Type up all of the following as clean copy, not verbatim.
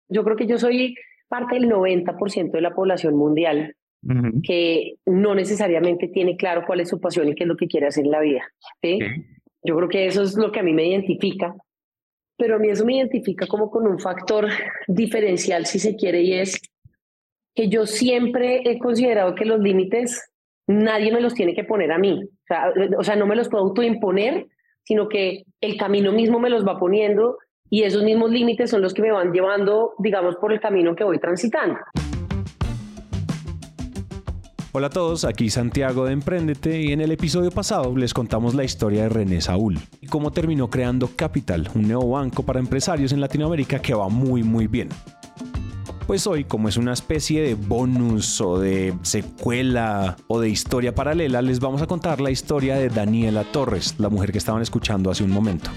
Yo creo que yo soy parte del 90% de la población mundial Ujú. que no necesariamente tiene claro cuál es su pasión y qué es lo que quiere hacer en la vida, ¿sí? Ok. Yo creo que eso es lo que a mí me identifica, pero a mí eso me identifica como con un factor diferencial, si se quiere, y es que yo siempre he considerado que los límites nadie me los tiene que poner a mí. O sea, no me los puedo autoimponer, sino que el camino mismo me los va poniendo y esos mismos límites son los que me van llevando, digamos, por el camino que voy transitando. Hola a todos, aquí Santiago de Emprendete y en el episodio pasado les contamos la historia de René Saúl y cómo terminó creando Capital, un neobanco para empresarios en Latinoamérica que va muy bien. Pues hoy, como es una especie de bonus o de secuela o de historia paralela, les vamos a contar la historia de Daniela Torres, la mujer que estaban escuchando hace un momento.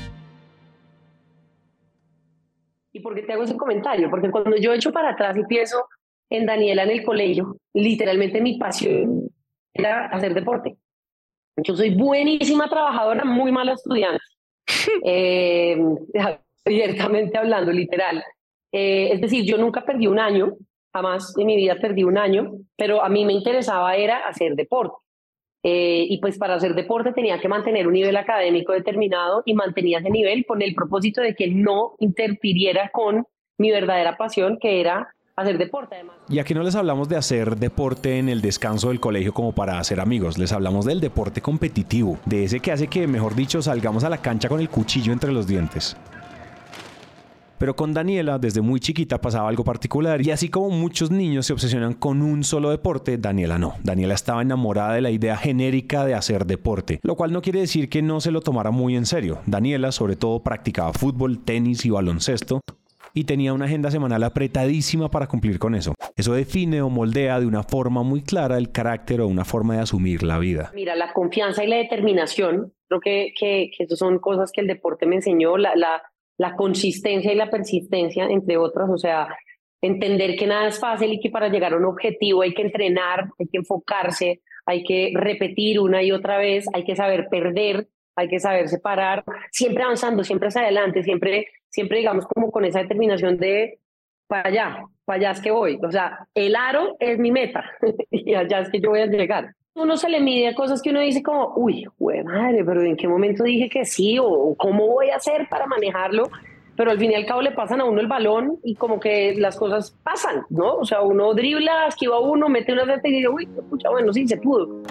¿Y por qué te hago ese comentario? Porque cuando yo echo para atrás y pienso en Daniela en el colegio, literalmente mi pasión era hacer deporte. Yo soy buenísima trabajadora, muy mala estudiante. Eh, Abiertamente hablando, literal. Es decir, yo nunca perdí un año, jamás en mi vida perdí un año, pero a mí me interesaba era hacer deporte. Y pues para hacer deporte tenía que mantener un nivel académico determinado y mantenía ese nivel con el propósito de que no interfiriera con mi verdadera pasión, que era hacer deporte además. Y aquí no les hablamos de hacer deporte en el descanso del colegio como para hacer amigos, les hablamos del deporte competitivo, de ese que hace que, mejor dicho, salgamos a la cancha con el cuchillo entre los dientes. Pero con Daniela, desde muy chiquita pasaba algo particular y así como muchos niños se obsesionan con un solo deporte, Daniela no. Daniela estaba enamorada de la idea genérica de hacer deporte, lo cual no quiere decir que no se lo tomara muy en serio. Daniela sobre todo practicaba fútbol, tenis y baloncesto y tenía una agenda semanal apretadísima para cumplir con eso. Eso define o moldea de una forma muy clara el carácter o una forma de asumir la vida. Mira, la confianza y la determinación, creo que eso son cosas que el deporte me enseñó, la consistencia y la persistencia, entre otras, o sea, entender que nada es fácil y que para llegar a un objetivo hay que entrenar, hay que enfocarse, hay que repetir una y otra vez, hay que saber perder, hay que saber separar, siempre avanzando, siempre hacia adelante, siempre digamos como con esa determinación de para allá es que voy, o sea, el aro es mi meta y allá es que yo voy a llegar. Uno se le mide a cosas que uno dice como, uy, güey, madre, pero ¿en qué momento dije que sí? O ¿cómo voy a hacer para manejarlo? Pero al fin y al cabo le pasan a uno el balón y como que las cosas pasan, ¿no? O sea, uno dribla, esquiva uno, mete una cesta y dice, uy, pucha, bueno, sí, se pudo.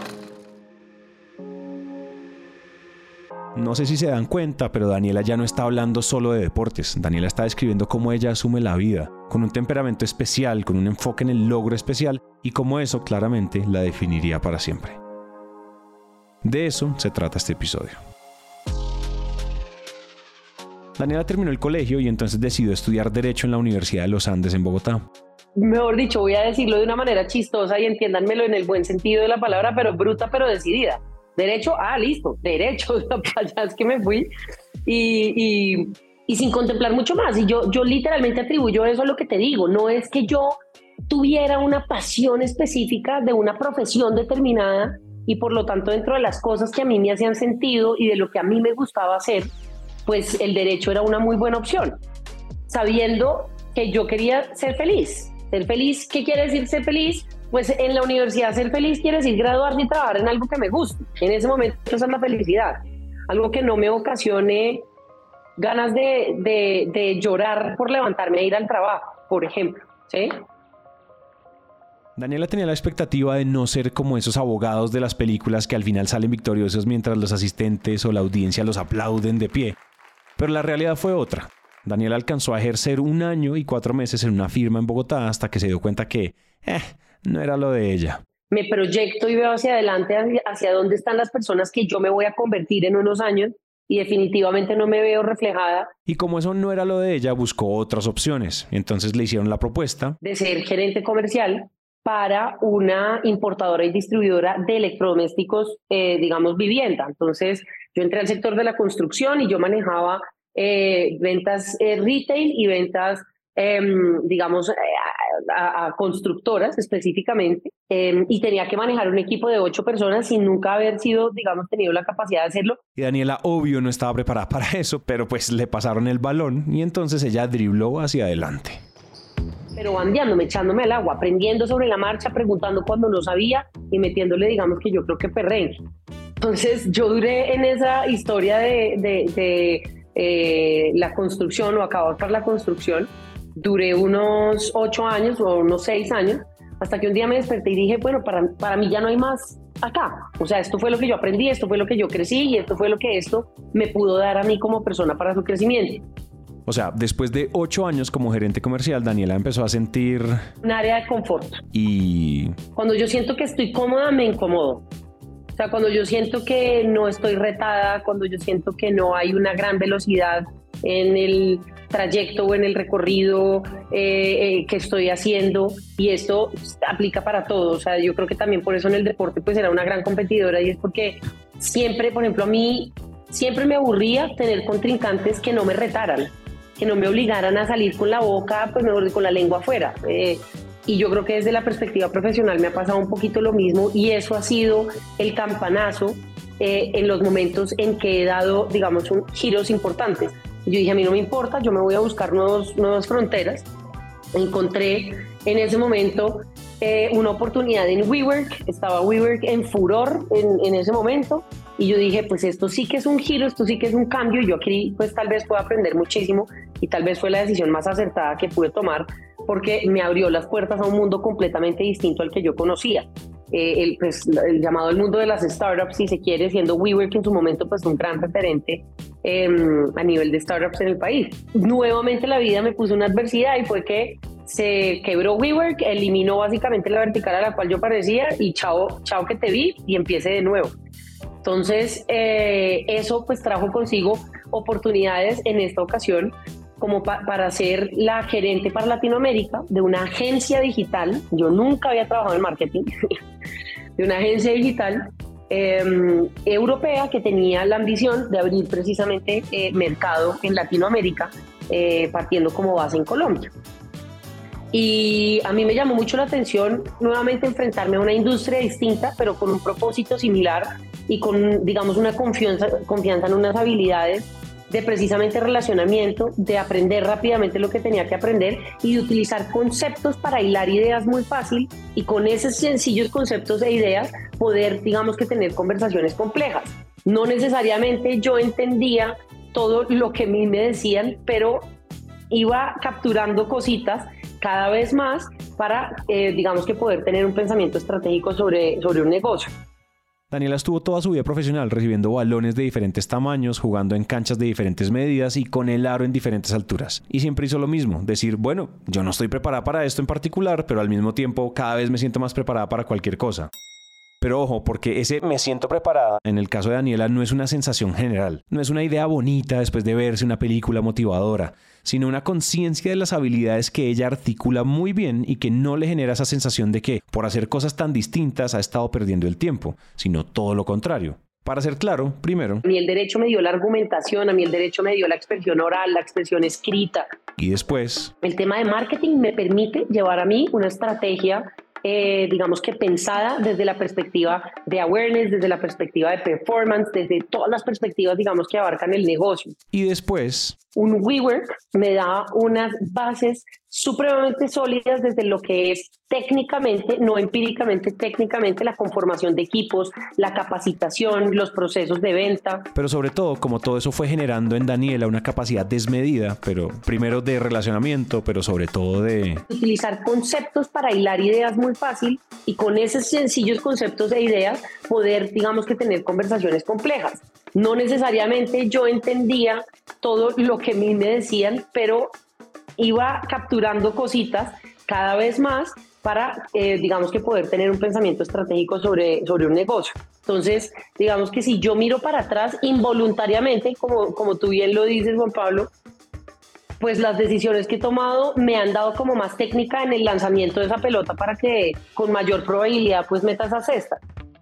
No sé si se dan cuenta, pero Daniela ya no está hablando solo de deportes. Daniela está describiendo cómo ella asume la vida, con un temperamento especial, con un enfoque en el logro especial y cómo eso claramente la definiría para siempre. De eso se trata este episodio. Daniela terminó el colegio y entonces decidió estudiar Derecho en la Universidad de los Andes en Bogotá. Mejor dicho, voy a decirlo de una manera chistosa y entiéndanmelo en el buen sentido de la palabra, pero bruta, pero decidida. Derecho, listo, derecho, para allá es que me fui y sin contemplar mucho más. Y yo literalmente atribuyo eso a lo que te digo, no es que yo tuviera una pasión específica de una profesión determinada y por lo tanto dentro de las cosas que a mí me hacían sentido y de lo que a mí me gustaba hacer, pues el derecho era una muy buena opción, sabiendo que yo quería ser feliz. Ser feliz, ¿qué quiere decir ser feliz? Pues en la universidad ser feliz quiere decir graduarse y trabajar en algo que me guste. En ese momento esa es la felicidad. Algo que no me ocasione ganas de llorar por levantarme a ir al trabajo, por ejemplo, ¿sí? Daniela tenía la expectativa de no ser como esos abogados de las películas que al final salen victoriosos mientras los asistentes o la audiencia los aplauden de pie. Pero la realidad fue otra. Daniela alcanzó a ejercer 1 año y 4 meses en una firma en Bogotá hasta que se dio cuenta que no era lo de ella. Me proyecto y veo hacia adelante, hacia dónde están las personas que yo me voy a convertir en unos años y definitivamente no me veo reflejada. Y como eso no era lo de ella, buscó otras opciones. Entonces le hicieron la propuesta De ser gerente comercial para una importadora y distribuidora de electrodomésticos, digamos, vivienda. Entonces, yo entré al sector de la construcción y yo manejaba ventas retail y ventas, digamos, a constructoras específicamente, y tenía que manejar un equipo de 8 personas sin nunca haber sido, digamos, tenido la capacidad de hacerlo. Y Daniela, obvio, no estaba preparada para eso, pero pues le pasaron el balón y entonces ella dribló hacia adelante. pero bandeándome, echándome al agua, aprendiendo sobre la marcha, preguntando cuando no sabía y metiéndole, digamos que yo creo que perrenque. Entonces yo duré en esa historia de la construcción o acabar por la construcción, duré unos 8 años o unos 6 años, hasta que un día me desperté y dije, bueno, para mí ya no hay más acá. O sea, esto fue lo que yo aprendí, esto fue lo que yo crecí y esto fue lo que esto me pudo dar a mí como persona para su crecimiento. O sea, después de 8 años como gerente comercial, Daniela empezó a sentir... un área de confort. Y... cuando yo siento que estoy cómoda, me incomodo. O sea, cuando yo siento que no estoy retada, cuando yo siento que no hay una gran velocidad en el trayecto o en el recorrido que estoy haciendo, y esto aplica para todo. O sea, yo creo que también por eso en el deporte pues era una gran competidora, y es porque siempre, por ejemplo, a mí siempre me aburría tener contrincantes que no me retaran, que no me obligaran a salir con la boca, pues mejor con la lengua afuera. Y yo creo que desde la perspectiva profesional me ha pasado un poquito lo mismo, y eso ha sido el campanazo en los momentos en que he dado, digamos, giros importantes. Yo dije, a mí no me importa, yo me voy a buscar nuevas fronteras. Encontré en ese momento una oportunidad en WeWork, estaba WeWork en furor en ese momento, y yo dije, pues esto sí que es un giro, esto sí que es un cambio, y yo aquí pues tal vez pueda aprender muchísimo, y tal vez fue la decisión más acertada que pude tomar, porque me abrió las puertas a un mundo completamente distinto al que yo conocía. El llamado el mundo de las startups, si se quiere, siendo WeWork en su momento pues un gran referente a nivel de startups en el país. Nuevamente la vida me puso una adversidad, y fue que se quebró WeWork, eliminó básicamente la vertical a la cual yo parecía, y chao que te vi, y empiece de nuevo. Entonces eso pues trajo consigo oportunidades en esta ocasión como para ser la gerente para Latinoamérica de una agencia digital. Yo nunca había trabajado en marketing, de una agencia digital europea que tenía la ambición de abrir precisamente mercado en Latinoamérica, partiendo como base en Colombia. Y a mí me llamó mucho la atención nuevamente enfrentarme a una industria distinta, pero con un propósito similar y con, digamos, una confianza en unas habilidades de precisamente relacionamiento, de aprender rápidamente lo que tenía que aprender y de utilizar conceptos para hilar ideas muy fácil, y con esos sencillos conceptos e ideas poder, digamos, que tener conversaciones complejas. No necesariamente yo entendía todo lo que a mí me decían, pero iba capturando cositas cada vez más para, digamos, que poder tener un pensamiento estratégico sobre un negocio. Daniela estuvo toda su vida profesional recibiendo balones de diferentes tamaños, jugando en canchas de diferentes medidas y con el aro en diferentes alturas. Y siempre hizo lo mismo, decir, bueno, yo no estoy preparada para esto en particular, pero al mismo tiempo cada vez me siento más preparada para cualquier cosa. Pero ojo, porque ese me siento preparada, en el caso de Daniela, no es una sensación general, no es una idea bonita después de verse una película motivadora, sino una conciencia de las habilidades que ella articula muy bien y que no le genera esa sensación de que, por hacer cosas tan distintas, ha estado perdiendo el tiempo, sino todo lo contrario. Para ser claro, primero... a mí el derecho me dio la argumentación, a mí el derecho me dio la expresión oral, la expresión escrita. Y después... el tema de marketing me permite llevar a mí una estrategia digamos que pensada desde la perspectiva de awareness, desde la perspectiva de performance, desde todas las perspectivas, digamos, que abarcan el negocio. Y después... un WeWork me da unas bases supremamente sólidas desde lo que es técnicamente, no empíricamente, técnicamente la conformación de equipos, la capacitación, los procesos de venta. Pero sobre todo, como todo eso fue generando en Daniela una capacidad desmedida, pero primero de relacionamiento, pero sobre todo de... utilizar conceptos para hilar ideas muy fácil, y con esos sencillos conceptos e ideas poder, digamos, que tener conversaciones complejas. No necesariamente yo entendía todo lo que a mí me decían, pero iba capturando cositas cada vez más para, digamos, que poder tener un pensamiento estratégico sobre un negocio. Entonces, digamos que si yo miro para atrás involuntariamente, como tú bien lo dices, Juan Pablo, pues las decisiones que he tomado me han dado como más técnica en el lanzamiento de esa pelota para que con mayor probabilidad pues meta esa cesta.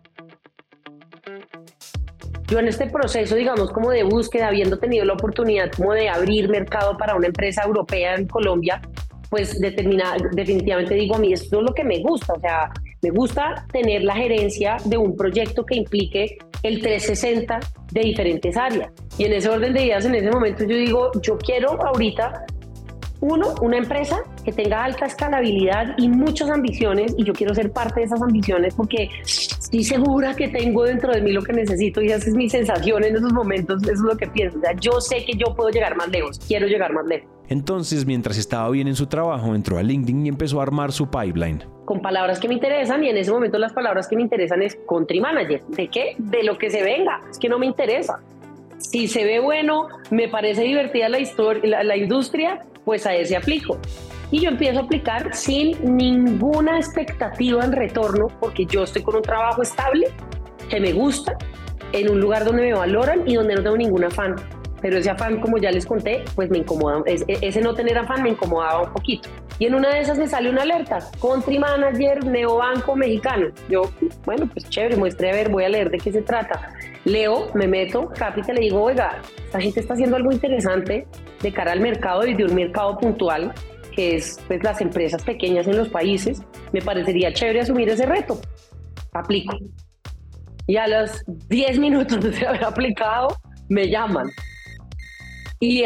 Yo en este proceso, digamos, como de búsqueda, habiendo tenido la oportunidad como de abrir mercado para una empresa europea en Colombia, pues definitivamente digo, a mí esto es lo que me gusta. O sea, me gusta tener la gerencia de un proyecto que implique el 360 de diferentes áreas. Y en ese orden de ideas, en ese momento yo digo, yo quiero ahorita Uno, una empresa que tenga alta escalabilidad y muchas ambiciones, y yo quiero ser parte de esas ambiciones porque estoy segura que tengo dentro de mí lo que necesito, y esa es mi sensación en esos momentos, eso es lo que pienso. O sea, yo sé que yo puedo llegar más lejos, quiero llegar más lejos. Entonces, mientras estaba bien en su trabajo, entró a LinkedIn y empezó a armar su pipeline. Con palabras que me interesan, y en ese momento las palabras que me interesan es country manager. ¿De qué? De lo que se venga, es que no me interesa. Si se ve bueno, me parece divertida la industria, pues a ese aplico. Y yo empiezo a aplicar sin ninguna expectativa en retorno, porque yo estoy con un trabajo estable, que me gusta, en un lugar donde me valoran y donde no tengo ningún afán. Pero ese afán, como ya les conté, pues me incomoda. Ese no tener afán me incomodaba un poquito. Y en una de esas me sale una alerta: Country Manager, Neobanco Mexicano. Yo, bueno, pues chévere, muestre a ver, voy a leer de qué se trata. Leo, me meto, Capital, le digo, oiga, esta gente está haciendo algo interesante de cara al mercado y de un mercado puntual, que es pues las empresas pequeñas en los países. Me parecería chévere asumir ese reto. Aplico. Y a los 10 minutos de haber aplicado, me llaman. Y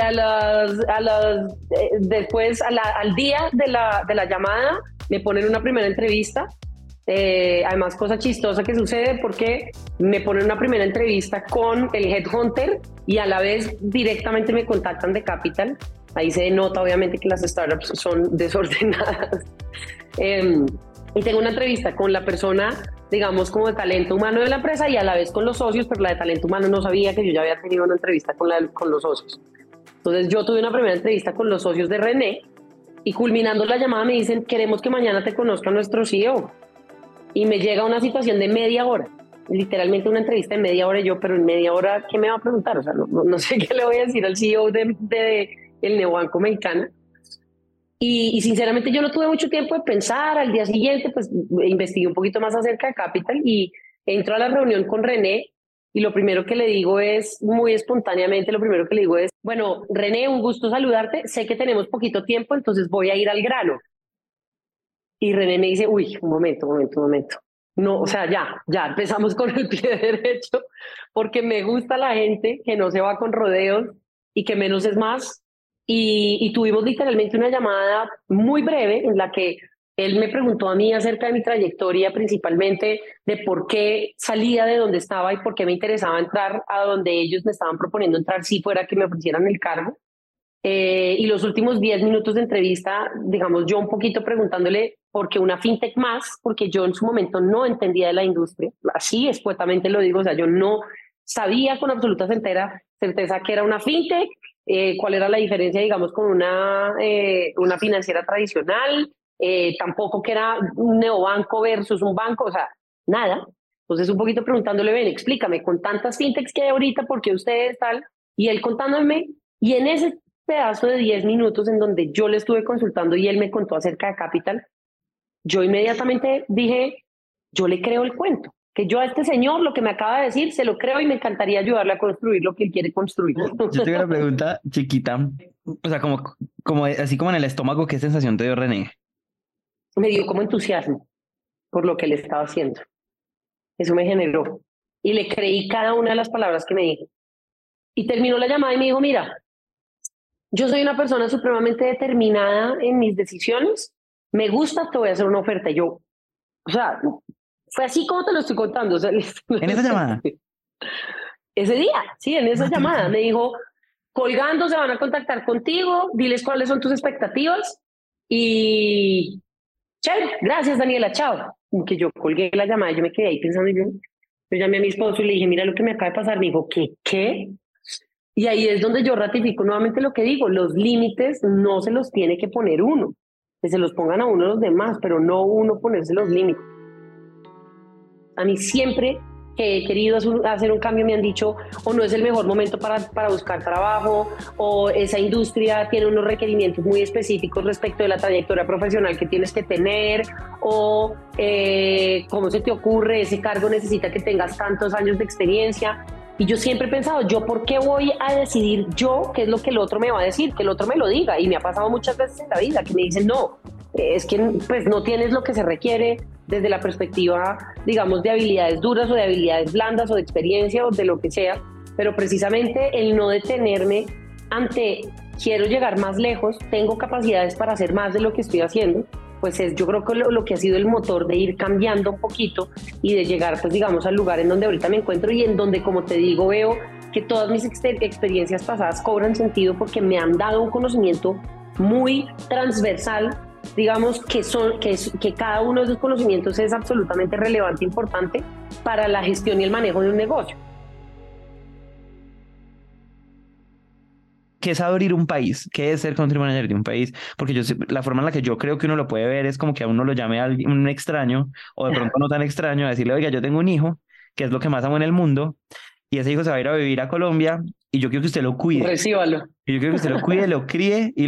después, al día de la llamada, me ponen una primera entrevista. Además, cosa chistosa que sucede, porque me ponen una primera entrevista con el headhunter y a la vez directamente me contactan de Capital. Ahí se nota obviamente que las startups son desordenadas. Y tengo una entrevista con la persona, digamos, como de talento humano de la empresa, y a la vez con los socios, pero la de talento humano no sabía que yo ya había tenido una entrevista con los socios. Entonces yo tuve una primera entrevista con los socios de René, y culminando la llamada me dicen, queremos que mañana te conozca nuestro CEO. Y me llega una situación de media hora, literalmente una entrevista de media hora. Y yo, pero en media hora, ¿qué me va a preguntar? O sea, no sé qué le voy a decir al CEO de el Neobanco Mexicano. Y sinceramente yo no tuve mucho tiempo de pensar. Al día siguiente pues investigué un poquito más acerca de Capital y entro a la reunión con René, y lo primero que le digo es, muy espontáneamente, lo primero que le digo es, bueno, René, un gusto saludarte, sé que tenemos poquito tiempo, entonces voy a ir al grano. Y René me dice, uy, un momento. No, o sea, ya empezamos con el pie derecho, porque me gusta la gente que no se va con rodeos y que menos es más. Y tuvimos literalmente una llamada muy breve en la que él me preguntó a mí acerca de mi trayectoria, principalmente de por qué salía de donde estaba y por qué me interesaba entrar a donde ellos me estaban proponiendo entrar, si fuera que me ofrecieran el cargo. Y los últimos 10 minutos de entrevista, digamos, yo un poquito preguntándole por qué una fintech más, porque yo en su momento no entendía de la industria, así escuetamente lo digo, o sea, yo no sabía con absoluta certeza que era una fintech, cuál era la diferencia, digamos, con una financiera tradicional, tampoco que era un neobanco versus un banco, o sea, nada. Entonces un poquito preguntándole, ven, explícame, con tantas fintechs que hay ahorita, ¿por qué ustedes tal? Y él contándome, y en ese pedazo de 10 minutos en donde yo le estuve consultando y él me contó acerca de Capital, yo inmediatamente dije, yo le creo el cuento, que yo a este señor lo que me acaba de decir se lo creo y me encantaría ayudarle a construir lo que él quiere construir. Yo tengo una pregunta chiquita, o sea, así como en el estómago, ¿qué sensación te dio René? Me dio como entusiasmo por lo que él estaba haciendo. Eso me generó. Y le creí cada una de las palabras que me dijo. Y terminó la llamada y me dijo, mira, yo soy una persona supremamente determinada en mis decisiones. Me gusta, te voy a hacer una oferta. Y yo, o sea, fue así como te lo estoy contando. O sea, ¿En esa llamada? Ese día, sí, en esa llamada. Me dijo, colgando, se van a contactar contigo, diles cuáles son tus expectativas. Y chévere, gracias Daniela, chao. Que yo colgué la llamada y yo me quedé ahí pensando, yo llamé a mi esposo y le dije, mira lo que me acaba de pasar. Me dijo, ¿qué? Y ahí es donde yo ratifico nuevamente lo que digo, los límites no se los tiene que poner uno, que se los pongan a uno los demás, pero no uno ponerse los límites. A mí siempre que he querido hacer un cambio me han dicho, o no es el mejor momento para buscar trabajo, o esa industria tiene unos requerimientos muy específicos respecto de la trayectoria profesional que tienes que tener, o cómo se te ocurre, ese cargo necesita que tengas tantos años de experiencia. Y yo siempre he pensado, ¿yo por qué voy a decidir yo qué es lo que el otro me va a decir? Que el otro me lo diga. Y me ha pasado muchas veces en la vida que me dicen, no, es que pues no tienes lo que se requiere desde la perspectiva, digamos, de habilidades duras o de habilidades blandas o de experiencia o de lo que sea. Pero precisamente el no detenerme ante quiero llegar más lejos, tengo capacidades para hacer más de lo que estoy haciendo, pues yo creo que lo que ha sido el motor de ir cambiando un poquito y de llegar, pues digamos, al lugar en donde ahorita me encuentro y en donde, como te digo, veo que todas mis experiencias pasadas cobran sentido porque me han dado un conocimiento muy transversal, digamos, que cada uno de esos conocimientos es absolutamente relevante e importante para la gestión y el manejo de un negocio. ¿Qué es abrir un país? ¿Qué es ser country manager de un país? Porque la forma en la que yo creo que uno lo puede ver es como que a uno lo llame a un extraño, o de pronto no tan extraño, a decirle, oiga, yo tengo un hijo, que es lo que más amo en el mundo, y ese hijo se va a ir a vivir a Colombia, y yo quiero que usted lo cuide. Recíbalo. Y yo quiero que usted lo cuide, lo críe, y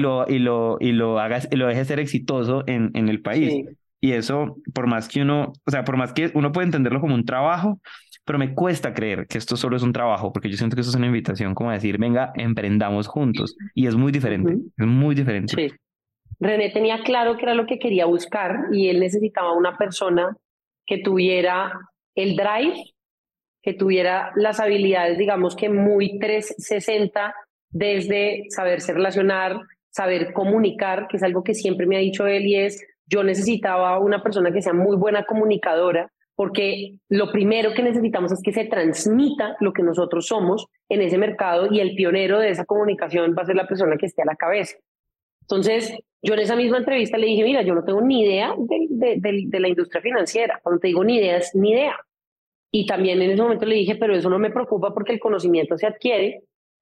lo haga, y lo deje ser exitoso en el país. Sí. Y eso, por más que uno puede entenderlo como un trabajo, pero me cuesta creer que esto solo es un trabajo, porque yo siento que esto es una invitación como a decir, venga, emprendamos juntos. Y es muy diferente, es muy diferente. Sí. René tenía claro que era lo que quería buscar y él necesitaba una persona que tuviera el drive, que tuviera las habilidades, digamos que muy 360, desde saberse relacionar, saber comunicar, que es algo que siempre me ha dicho él, y es, yo necesitaba una persona que sea muy buena comunicadora, porque lo primero que necesitamos es que se transmita lo que nosotros somos en ese mercado y el pionero de esa comunicación va a ser la persona que esté a la cabeza. Entonces, yo en esa misma entrevista le dije, mira, yo no tengo ni idea de la industria financiera. Cuando te digo ni idea, es ni idea. Y también en ese momento le dije, pero eso no me preocupa porque el conocimiento se adquiere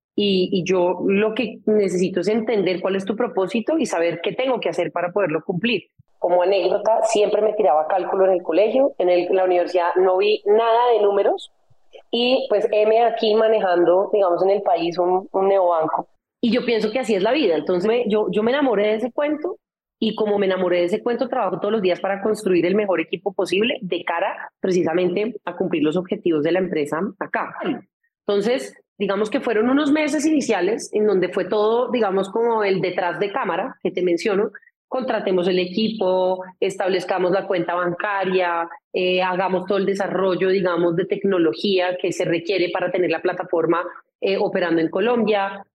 y yo lo que necesito es entender cuál es tu propósito y saber qué tengo que hacer para poderlo cumplir. Como anécdota, siempre me tiraba cálculo en el colegio, en la universidad no vi nada de números y pues aquí manejando, digamos, en el país un neobanco. Y yo pienso que así es la vida. Entonces yo me enamoré de ese cuento y como me enamoré de ese cuento, trabajo todos los días para construir el mejor equipo posible de cara precisamente a cumplir los objetivos de la empresa acá. Entonces, digamos que fueron unos meses iniciales en donde fue todo, digamos, como el detrás de cámara que te menciono. Contratemos el equipo, establezcamos la cuenta bancaria, hagamos todo el desarrollo, digamos, de tecnología que se requiere para tener la plataforma operando en Colombia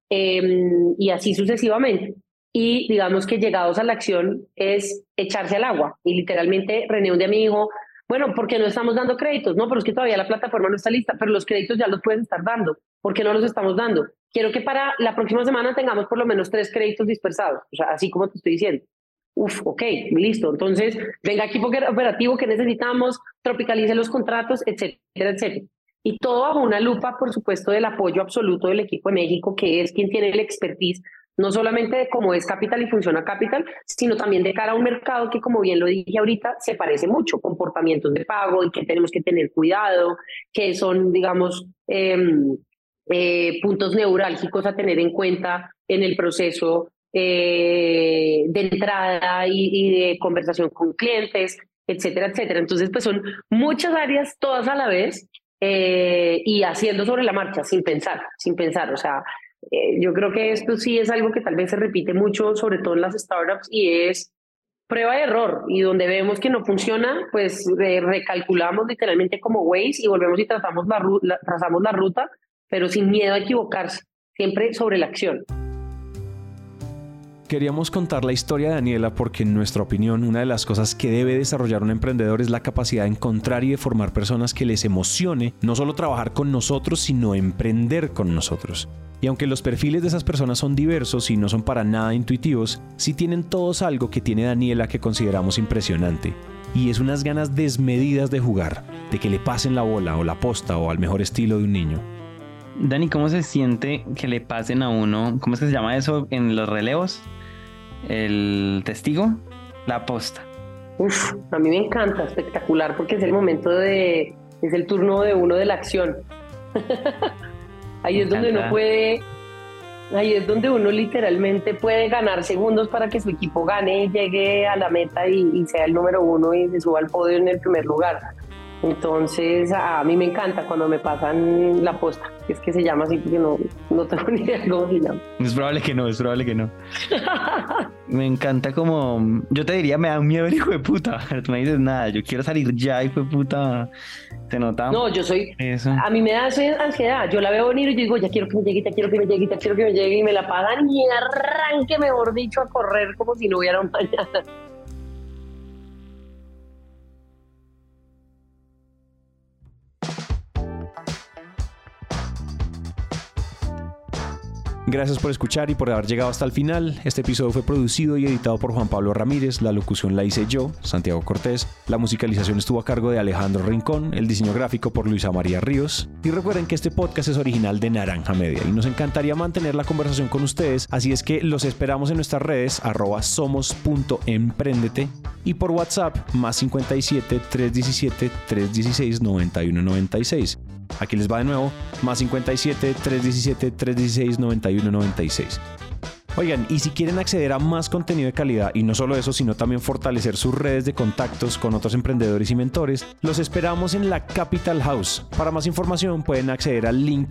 y así sucesivamente. Y digamos que llegados a la acción es echarse al agua. Y literalmente René un día me dijo, bueno, ¿por qué no estamos dando créditos? No, pero es que todavía la plataforma no está lista, pero los créditos ya los pueden estar dando. ¿Por qué no los estamos dando? Quiero que para la próxima semana tengamos por lo menos 3 créditos dispersados, o sea, así como te estoy diciendo. Ok, listo. Entonces, venga equipo operativo que necesitamos, tropicalice los contratos, etcétera, etcétera. Y todo bajo una lupa, por supuesto, del apoyo absoluto del equipo de México, que es quien tiene el expertise, no solamente de cómo es Capital y funciona Capital, sino también de cara a un mercado que, como bien lo dije ahorita, se parece mucho, comportamientos de pago y que tenemos que tener cuidado, que son, digamos, puntos neurálgicos a tener en cuenta en el proceso de entrada y de conversación con clientes, etcétera, etcétera. Entonces, pues son muchas áreas, todas a la vez, y haciendo sobre la marcha, sin pensar. O sea, yo creo que esto sí es algo que tal vez se repite mucho, sobre todo en las startups, y es prueba y error. Y donde vemos que no funciona, pues recalculamos literalmente como Waze y volvemos y trazamos la ruta, pero sin miedo a equivocarse, siempre sobre la acción. Queríamos contar la historia de Daniela porque, en nuestra opinión, una de las cosas que debe desarrollar un emprendedor es la capacidad de encontrar y de formar personas que les emocione no solo trabajar con nosotros, sino emprender con nosotros. Y aunque los perfiles de esas personas son diversos y no son para nada intuitivos, sí tienen todos algo que tiene Daniela que consideramos impresionante. Y es unas ganas desmedidas de jugar, de que le pasen la bola o la posta o al mejor estilo de un niño. Dani, ¿cómo se siente que le pasen a uno? ¿Cómo es que se llama eso en los relevos? El testigo, la posta. A mí me encanta, espectacular, porque es el momento es el turno de uno de la acción. Ahí es donde uno literalmente puede ganar segundos para que su equipo gane y llegue a la meta y sea el número 1 y se suba al podio en el primer lugar. Entonces, a mí me encanta cuando me pasan la posta, es que se llama así porque no tengo ni idea cómo se llama. Es probable que no. Me encanta como... Yo te diría, me da miedo el hijo de puta. Pero tú me dices, nada, yo quiero salir ya, hijo de puta. ¿Te nota? No, yo soy, Eso. a mí me da ansiedad, yo la veo venir y yo digo, ya quiero que me llegue, ya quiero que me llegue, ya quiero que me llegue y me la pagan y arranque, mejor dicho, a correr como si no hubiera un mañana. Gracias por escuchar y por haber llegado hasta el final. Este episodio fue producido y editado por Juan Pablo Ramírez. La locución la hice yo, Santiago Cortés. La musicalización estuvo a cargo de Alejandro Rincón. El diseño gráfico por Luisa María Ríos. Y recuerden que este podcast es original de Naranja Media y nos encantaría mantener la conversación con ustedes. Así es que los esperamos en nuestras redes @somos.emprendete y por WhatsApp +57 317 316 9196. Aquí les va de nuevo, +57 317 316 9196. Oigan, y si quieren acceder a más contenido de calidad y no solo eso, sino también fortalecer sus redes de contactos con otros emprendedores y mentores, los esperamos en la Capital House. Para más información pueden acceder al link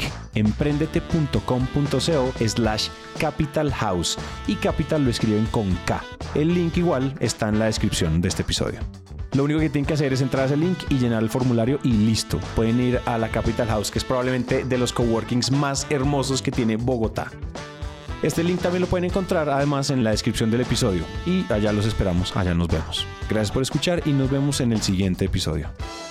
emprendete.com.co/Capital House y Capital lo escriben con K. El link igual está en la descripción de este episodio. Lo único que tienen que hacer es entrar a ese link y llenar el formulario y listo. Pueden ir a la Capital House, que es probablemente de los coworkings más hermosos que tiene Bogotá. Este link también lo pueden encontrar además en la descripción del episodio. Y allá los esperamos, allá nos vemos. Gracias por escuchar y nos vemos en el siguiente episodio.